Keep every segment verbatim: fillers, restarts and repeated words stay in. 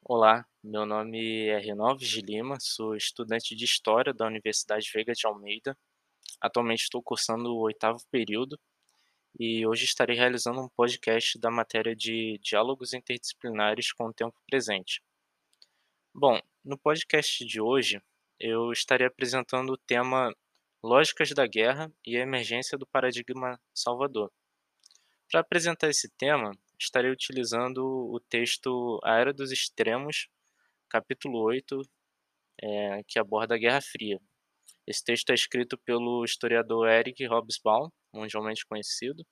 Olá, meu nome é Renoves de Lima, sou estudante de História da Universidade Veiga de Almeida. Atualmente estou cursando o oitavo período e hoje estarei realizando um podcast da matéria de Diálogos Interdisciplinares com o Tempo Presente. Bom, no podcast de hoje eu estarei apresentando o tema Lógicas da Guerra e a Emergência do Paradigma Salvador. Para apresentar esse tema, estarei utilizando o texto A Era dos Extremos, capítulo oito, eh, que aborda a Guerra Fria. Esse texto é escrito pelo historiador Eric Hobsbawm, mundialmente conhecido,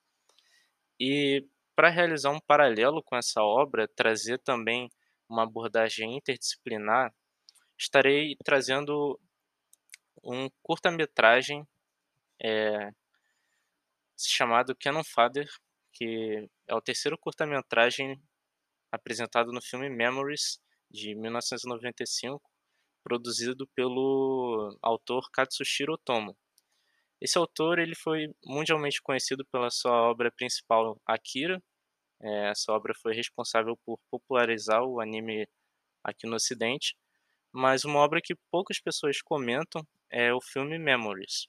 e para realizar um paralelo com essa obra, trazer também uma abordagem interdisciplinar, estarei trazendo um curta-metragem eh, chamado Cannon Fodder, que é o terceiro curta-metragem apresentado no filme Memories, de mil novecentos e noventa e cinco, produzido pelo autor Katsushiro Otomo. Esse autor ele foi mundialmente conhecido pela sua obra principal Akira. Eh, essa obra foi responsável por popularizar o anime aqui no ocidente, mas uma obra que poucas pessoas comentam é o filme Memories.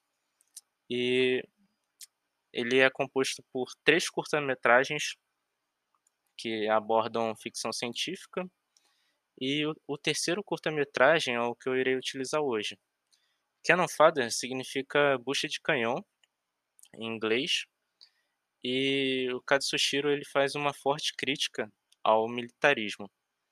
E ele é composto por três curta-metragens que abordam ficção científica, e o o terceiro curta-metragem é o que eu irei utilizar hoje. Cannon Fodder significa bucha de canhão em inglês. E o Katsushiro ele faz uma forte crítica ao militarismo,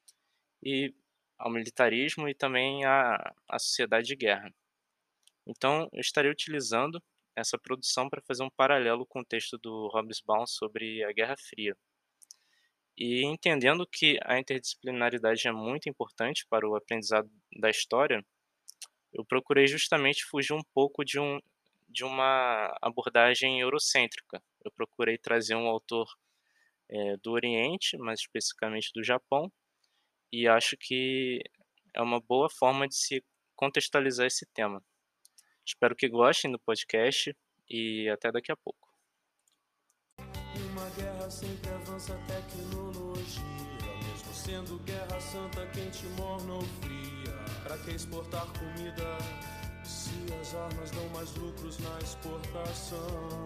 e ao militarismo e também à à sociedade de guerra. Então eu estarei utilizando essa produção para fazer um paralelo com o texto do Hobsbawm sobre a Guerra Fria. E entendendo que a interdisciplinaridade é muito importante para o aprendizado da história, eu procurei justamente fugir um pouco de um de uma abordagem eurocêntrica. Eu procurei trazer um autor eh, do Oriente, mais especificamente do Japão, e acho que é uma boa forma de se contextualizar esse tema. Espero que gostem do podcast e até daqui a pouco. Uma guerra sempre avança a tecnologia, mesmo sendo guerra santa, quente, morna ou fria. Pra que exportar comida se as armas dão mais lucros na exportação?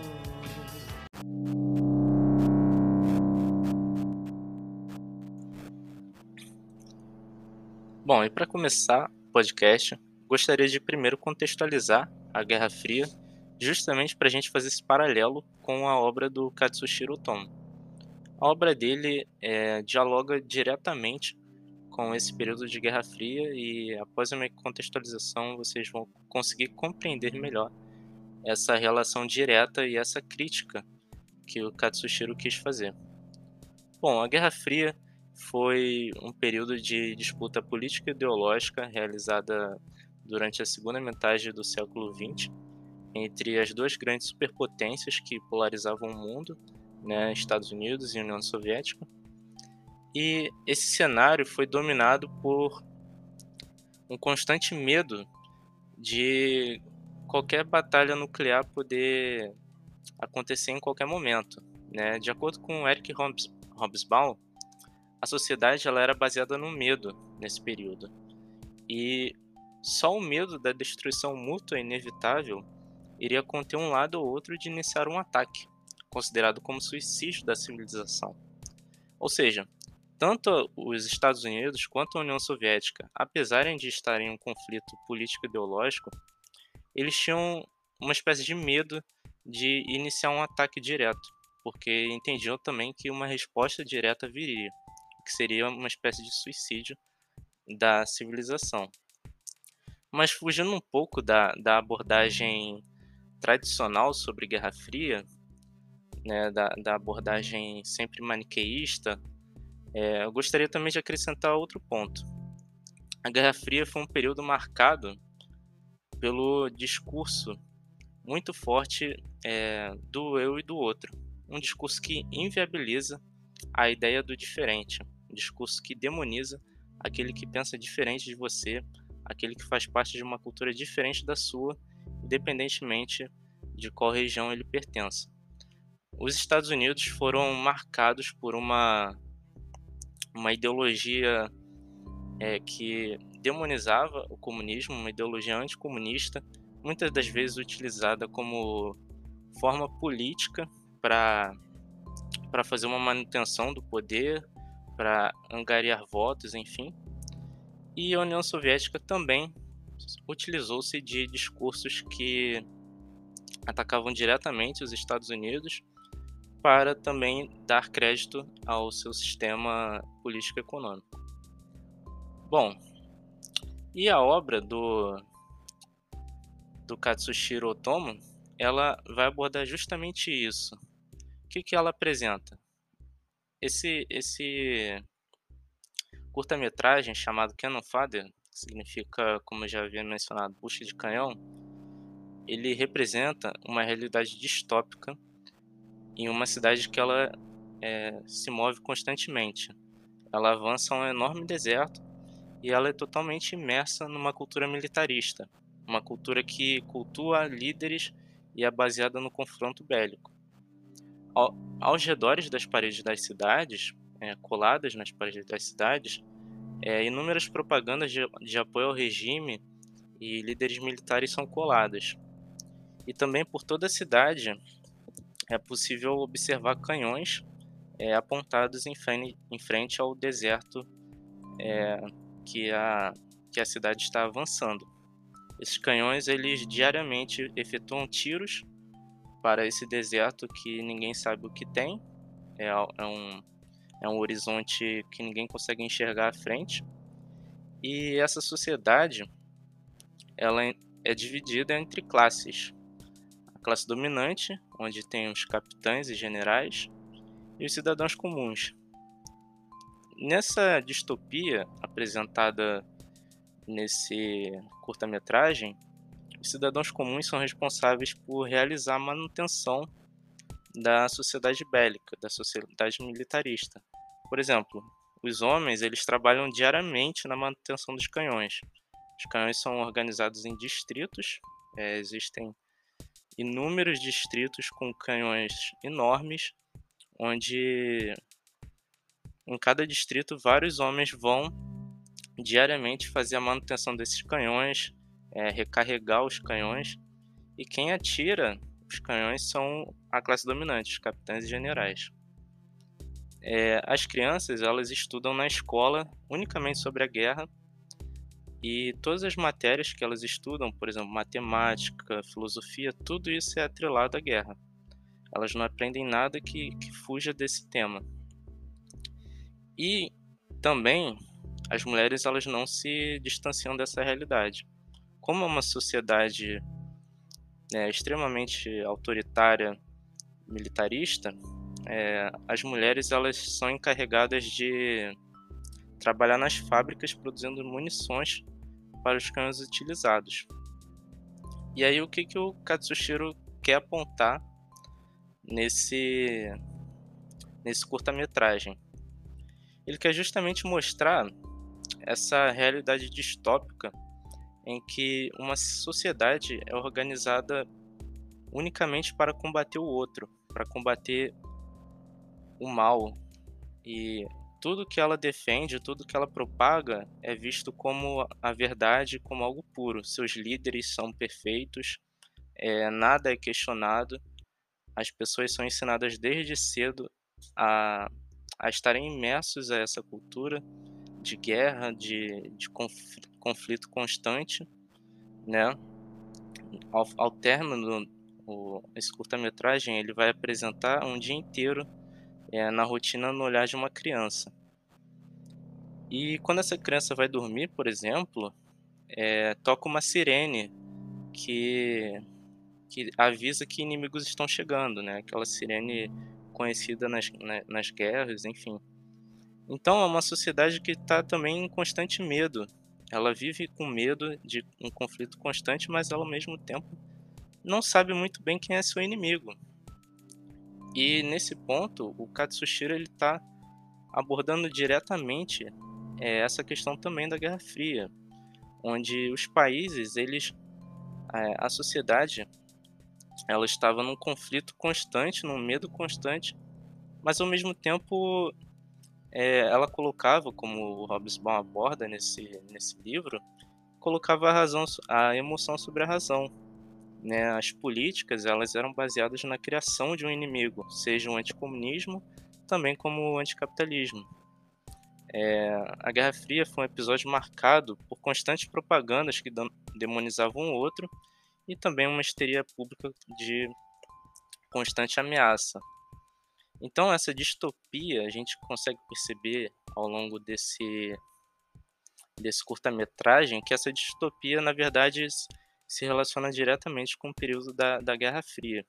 Bom, e para começar o podcast, gostaria de primeiro contextualizar a Guerra Fria, justamente para a gente fazer esse paralelo com a obra do Katsushiro Otomo. A obra dele eh, dialoga diretamente com esse período de Guerra Fria, e após a minha contextualização vocês vão conseguir compreender melhor essa relação direta e essa crítica que o Katsushiro quis fazer. Bom, a Guerra Fria foi um período de disputa política e ideológica realizada durante a segunda metade do século vinte entre as duas grandes superpotências que polarizavam o mundo, né, Estados Unidos e União Soviética. E esse cenário foi dominado por um constante medo de qualquer batalha nuclear poder acontecer em qualquer momento, né? De acordo com Eric Hobs- Hobsbawm, a sociedade ela era baseada no medo nesse período. E só o medo da destruição mútua inevitável iria conter um lado ou outro de iniciar um ataque, considerado como suicídio da civilização. Ou seja, tanto os Estados Unidos quanto a União Soviética, apesar de estarem em um conflito político-ideológico, eles tinham uma espécie de medo de iniciar um ataque direto, porque entendiam também que uma resposta direta viria, o que seria uma espécie de suicídio da civilização. Mas fugindo um pouco da, da abordagem tradicional sobre Guerra Fria, né, da, da abordagem sempre maniqueísta, é, eu gostaria também de acrescentar outro ponto. A Guerra Fria foi um período marcado pelo discurso muito forte é, do eu e do outro. Um discurso que inviabiliza a ideia do diferente, um discurso que demoniza aquele que pensa diferente de você, aquele que faz parte de uma cultura diferente da sua, independentemente de qual região ele pertença. Os Estados Unidos foram marcados por uma, uma ideologia é, que demonizava o comunismo, uma ideologia anticomunista, muitas das vezes utilizada como forma política para para fazer uma manutenção do poder, para angariar votos, enfim. E a União Soviética também utilizou-se de discursos que atacavam diretamente os Estados Unidos para também dar crédito ao seu sistema político-econômico. Bom, e a obra do, do Katsushiro Otomo, ela vai abordar justamente isso. O que, que ela apresenta? Esse, esse curta-metragem chamado Cannon Fodder, que significa, como eu já havia mencionado, bucha de canhão, ele representa uma realidade distópica em uma cidade que ela é, se move constantemente. Ela avança a um enorme deserto e ela é totalmente imersa numa cultura militarista, uma cultura que cultua líderes e é baseada no confronto bélico. Ao, aos redores das paredes das cidades, é, coladas nas paredes das cidades, é, inúmeras propagandas de, de apoio ao regime e líderes militares são coladas. E também por toda a cidade é possível observar canhões é, apontados em frente, em frente ao deserto é, que, a, que a cidade está avançando. Esses canhões eles diariamente efetuam tiros para esse deserto que ninguém sabe o que tem. É, é, um, é um horizonte que ninguém consegue enxergar à frente. E essa sociedade ela é dividida entre classes. A classe dominante, onde tem os capitães e generais, e os cidadãos comuns. Nessa distopia apresentada nesse curta-metragem, os cidadãos comuns são responsáveis por realizar a manutenção da sociedade bélica, da sociedade militarista. Por exemplo, os homens eles trabalham diariamente na manutenção dos canhões. Os canhões são organizados em distritos, é, existem inúmeros distritos com canhões enormes, onde em cada distrito vários homens vão diariamente fazer a manutenção desses canhões, é, recarregar os canhões, e quem atira os canhões são a classe dominante, os capitães e generais. É, as crianças elas estudam na escola unicamente sobre a guerra, e todas as matérias que elas estudam, por exemplo, matemática, filosofia, tudo isso é atrelado à guerra. Elas não aprendem nada que, que fuja desse tema. E também as mulheres elas não se distanciam dessa realidade. Como é uma sociedade né, extremamente autoritária, militarista, é, as mulheres elas são encarregadas de trabalhar nas fábricas produzindo munições para os canhões utilizados. E aí o que, que o Katsushiro quer apontar nesse, nesse curta-metragem? Ele quer justamente mostrar essa realidade distópica em que uma sociedade é organizada unicamente para combater o outro, para combater o mal. E tudo que ela defende, tudo que ela propaga é visto como a verdade, como algo puro. Seus líderes são perfeitos, é, nada é questionado. As pessoas são ensinadas desde cedo a, a estarem imersos a essa cultura de guerra, de, de conflito, conflito constante, né? Ao, ao término do esse curta-metragem, ele vai apresentar um dia inteiro é, na rotina no olhar de uma criança. E quando essa criança vai dormir, por exemplo, é, toca uma sirene que, que avisa que inimigos estão chegando, né? Aquela sirene conhecida nas, na, nas guerras, enfim. Então é uma sociedade que está também em constante medo. Ela vive com medo de um conflito constante, mas ela ao mesmo tempo não sabe muito bem quem é seu inimigo. E nesse ponto, o Katsushiro ele está abordando diretamente é, essa questão também da Guerra Fria, onde os países, eles, é, a sociedade, ela estava num conflito constante, num medo constante, mas ao mesmo tempo eh, ela colocava, como o Hobsbawm aborda nesse nesse livro, colocava a razão so a emoção sobre a razão, né. As políticas, elas eram baseadas na criação de um inimigo, seja o anticomunismo, também como o anticapitalismo. Eh, a Guerra Fria foi um episódio marcado por constantes propagandas que dan demonizavam o outro e também uma histeria pública de constante ameaça. Então essa distopia a gente consegue perceber ao longo desse desse curta-metragem que essa distopia, na verdade, s se relaciona diretamente com o período da da Guerra Fria.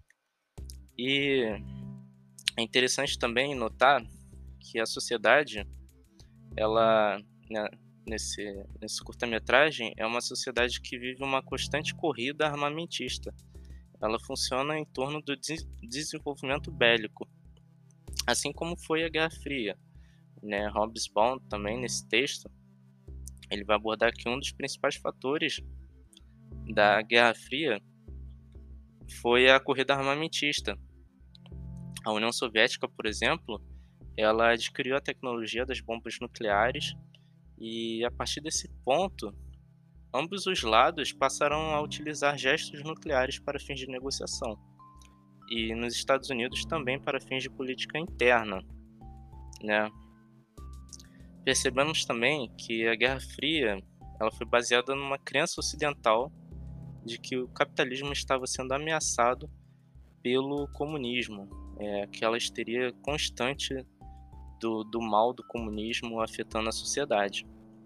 E é interessante também notar que a sociedade, ela, né, nesse nesse curta-metragem, é uma sociedade que vive uma constante corrida armamentista. Ela funciona em torno do des desenvolvimento bélico, assim como foi a Guerra Fria, né. Hobsbawm também nesse texto, ele vai abordar que um dos principais fatores da Guerra Fria foi a corrida armamentista. A União Soviética, por exemplo, ela adquiriu a tecnologia das bombas nucleares e, a partir desse ponto, ambos os lados passaram a utilizar gestos nucleares para fins de negociação, e nos Estados Unidos também para fins de política interna, né. Percebemos também que a Guerra Fria, ela foi baseada numa crença ocidental de que o capitalismo estava sendo ameaçado pelo comunismo, eh, aquela histeria constante do do mal do comunismo afetando a sociedade.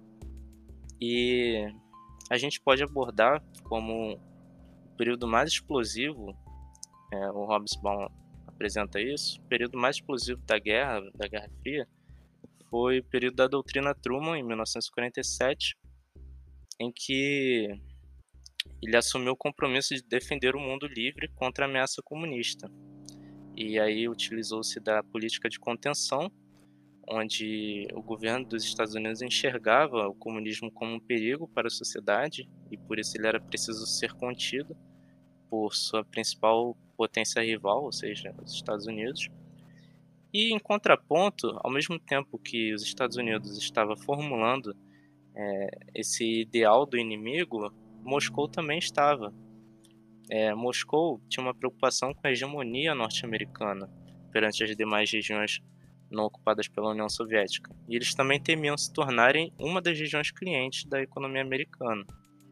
E a gente pode abordar como o período mais explosivo, eh, o Hobsbawm apresenta isso, o período mais explosivo da guerra, da Guerra Fria, foi o período da doutrina Truman, em mil novecentos e quarenta e sete, em que ele assumiu o compromisso de defender o mundo livre contra a ameaça comunista. E aí utilizou-se da política de contenção, onde o governo dos Estados Unidos enxergava o comunismo como um perigo para a sociedade e por isso ele era preciso ser contido por sua principal potência rival, ou seja, os Estados Unidos. E em contraponto, ao mesmo tempo que os Estados Unidos estava formulando, eh, esse ideal do inimigo, Moscou também estava. Eh, Moscou tinha uma preocupação com a hegemonia norte-americana perante as demais regiões não ocupadas pela União Soviética. E eles também temiam se tornarem uma das regiões clientes da economia americana.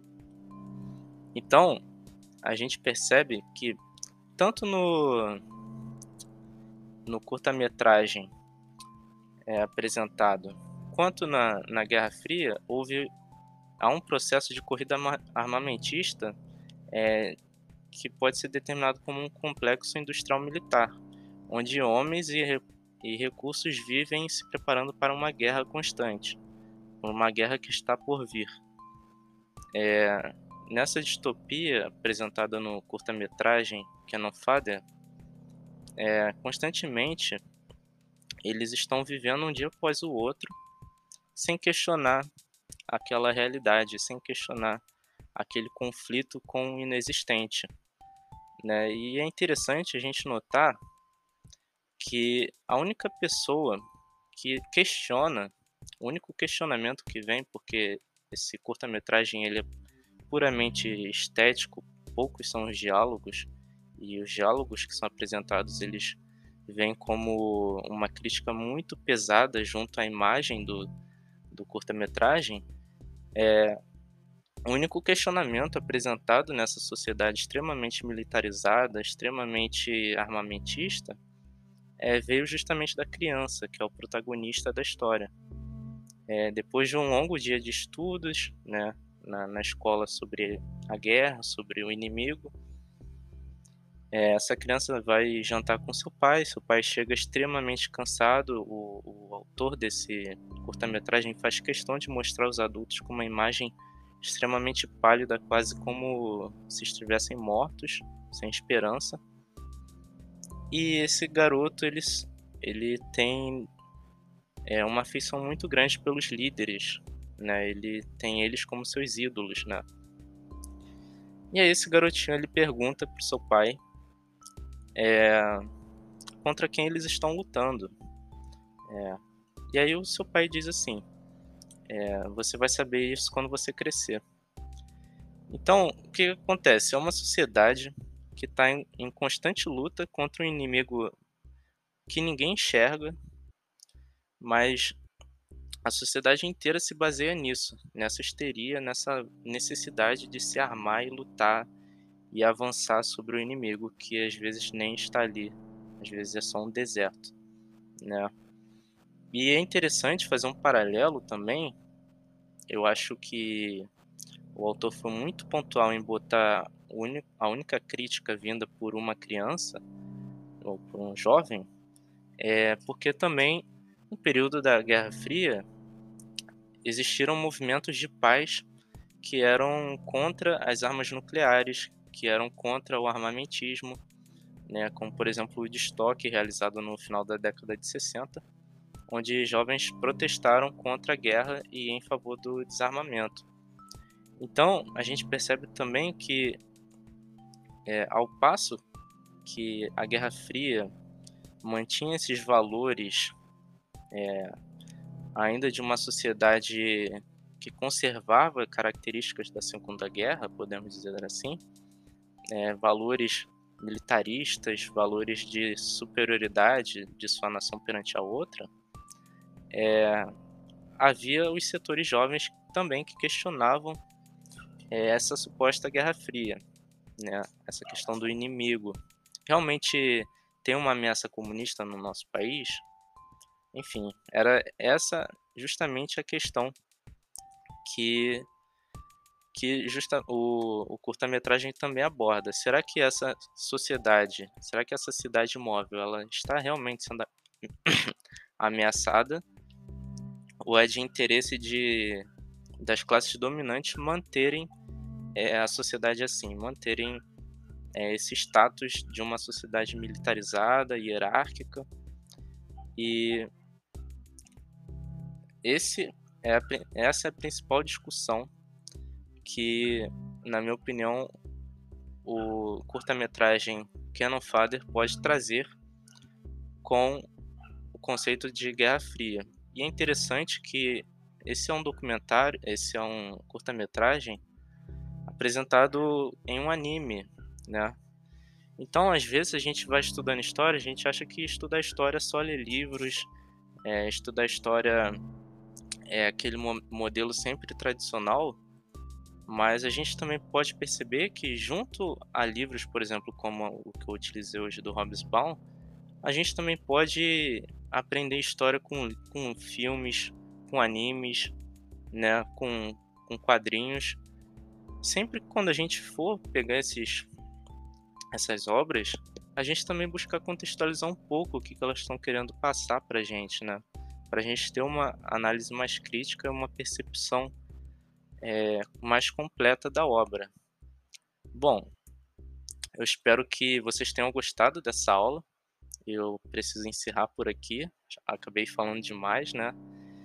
Então, a gente percebe que tanto no no curta-metragem, eh, apresentado, quanto na na Guerra Fria, houve há um processo de corrida ama armamentista, eh, que pode ser determinado como um complexo industrial militar, onde homens e re e recursos vivem se preparando para uma guerra constante, por uma guerra que está por vir. Eh, nessa distopia apresentada no curta-metragem Cannon Fodder, eh, constantemente eles estão vivendo um dia após o outro, sem questionar aquela realidade, sem questionar aquele conflito com o inexistente, né. E é interessante a gente notar que a única pessoa que questiona, o único questionamento que vem, porque esse curta-metragem ele é puramente estético, poucos são os diálogos, e os diálogos que são apresentados eles vêm como uma crítica muito pesada junto à imagem do do curta-metragem. Eh, o único questionamento apresentado nessa sociedade extremamente militarizada, extremamente armamentista, eh, veio justamente da criança, que é o protagonista da história. Eh, depois de um longo dia de estudos, né, na na escola sobre a guerra, sobre o inimigo, eh, essa criança vai jantar com seu pai, seu pai chega extremamente cansado, o o autor desse curta-metragem faz questão de mostrar os adultos com uma imagem extremamente pálida, quase como se estivessem mortos, sem esperança. E esse garoto eles ele tem, eh, uma afeição muito grande pelos líderes, né, ele tem eles como seus ídolos, né. E aí esse garotinho ele pergunta para o seu pai, eh, contra quem eles estão lutando. É. E aí o seu pai diz assim: "Eh, você vai saber isso quando você crescer". Então, o que acontece? É uma sociedade que está em em constante luta contra um inimigo que ninguém enxerga, mas a sociedade inteira se baseia nisso, nessa histeria, nessa necessidade de se armar e lutar e avançar sobre o inimigo, que às vezes nem está ali, às vezes é só um deserto, né. E é interessante fazer um paralelo também, eu acho que o autor foi muito pontual em botar o uni a única crítica vinda por uma criança, ou por um jovem, é porque também no período da Guerra Fria existiram movimentos de paz que eram contra as armas nucleares, que eram contra o armamentismo, né, como por exemplo o Woodstock, realizado no final da década de sessenta, onde jovens protestaram contra a guerra e em favor do desarmamento. Então, a gente percebe também que, eh, ao passo que a Guerra Fria mantinha esses valores, ainda de uma sociedade que conservava características da Segunda Guerra, podemos dizer assim, eh, valores militaristas, valores de superioridade de sua nação perante a outra, havia os setores jovens também que questionavam, eh, essa suposta Guerra Fria, né, essa questão do inimigo. Realmente tem uma ameaça comunista no nosso país? Enfim, era essa justamente a questão que que justa o o curta-metragem também aborda. Será que essa sociedade, será que essa cidade móvel, ela está realmente sendo a ameaçada ou é de interesse de das classes dominantes manterem, eh, a sociedade assim, manterem, eh, esse status de uma sociedade militarizada, hierárquica, e esse é a pri essa é a principal discussão que, na minha opinião, o curta-metragem Cannon Fodder pode trazer com o conceito de Guerra Fria. E é interessante que esse é um documentário, esse é um curta-metragem apresentado em um anime, né. Então, às vezes, a gente vai estudando história, a gente acha que estudar história é só ler livros, eh, estudar história é aquele mo modelo sempre tradicional, mas a gente também pode perceber que junto a livros, por exemplo, como o que eu utilizei hoje do Hobsbawm, a gente também pode aprender história com com filmes, com animes, né, com com quadrinhos. Sempre que quando a gente for pegar esses essas obras, a gente também buscar contextualizar um pouco o que que elas estão querendo passar pra gente, né, pra gente ter uma análise mais crítica, uma percepção, eh, mais completa da obra. Bom, eu espero que vocês tenham gostado dessa aula. Eu preciso encerrar por aqui, acabei falando demais, né.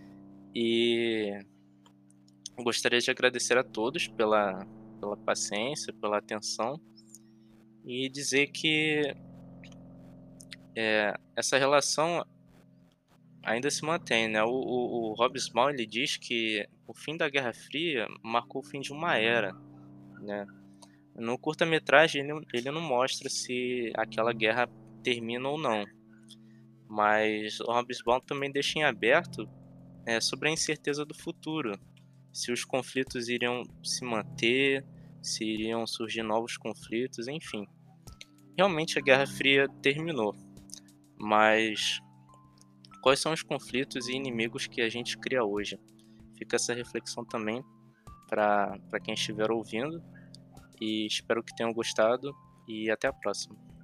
E gostaria de agradecer a todos pela pela paciência, pela atenção e dizer que, eh, essa relação ainda se mantém, né. O o o Hobsbawm, ele diz que o fim da Guerra Fria marcou o fim de uma era, né. No curta-metragem ele não ele não mostra se aquela guerra termina ou não, mas o Hobsbawm também deixa em aberto, eh, sobre a incerteza do futuro, se os conflitos iriam se manter, se iriam surgir novos conflitos, enfim. Realmente a Guerra Fria terminou, mas quais são os conflitos e inimigos que a gente cria hoje? Fica essa reflexão também para para quem estiver ouvindo e espero que tenham gostado e até a próxima.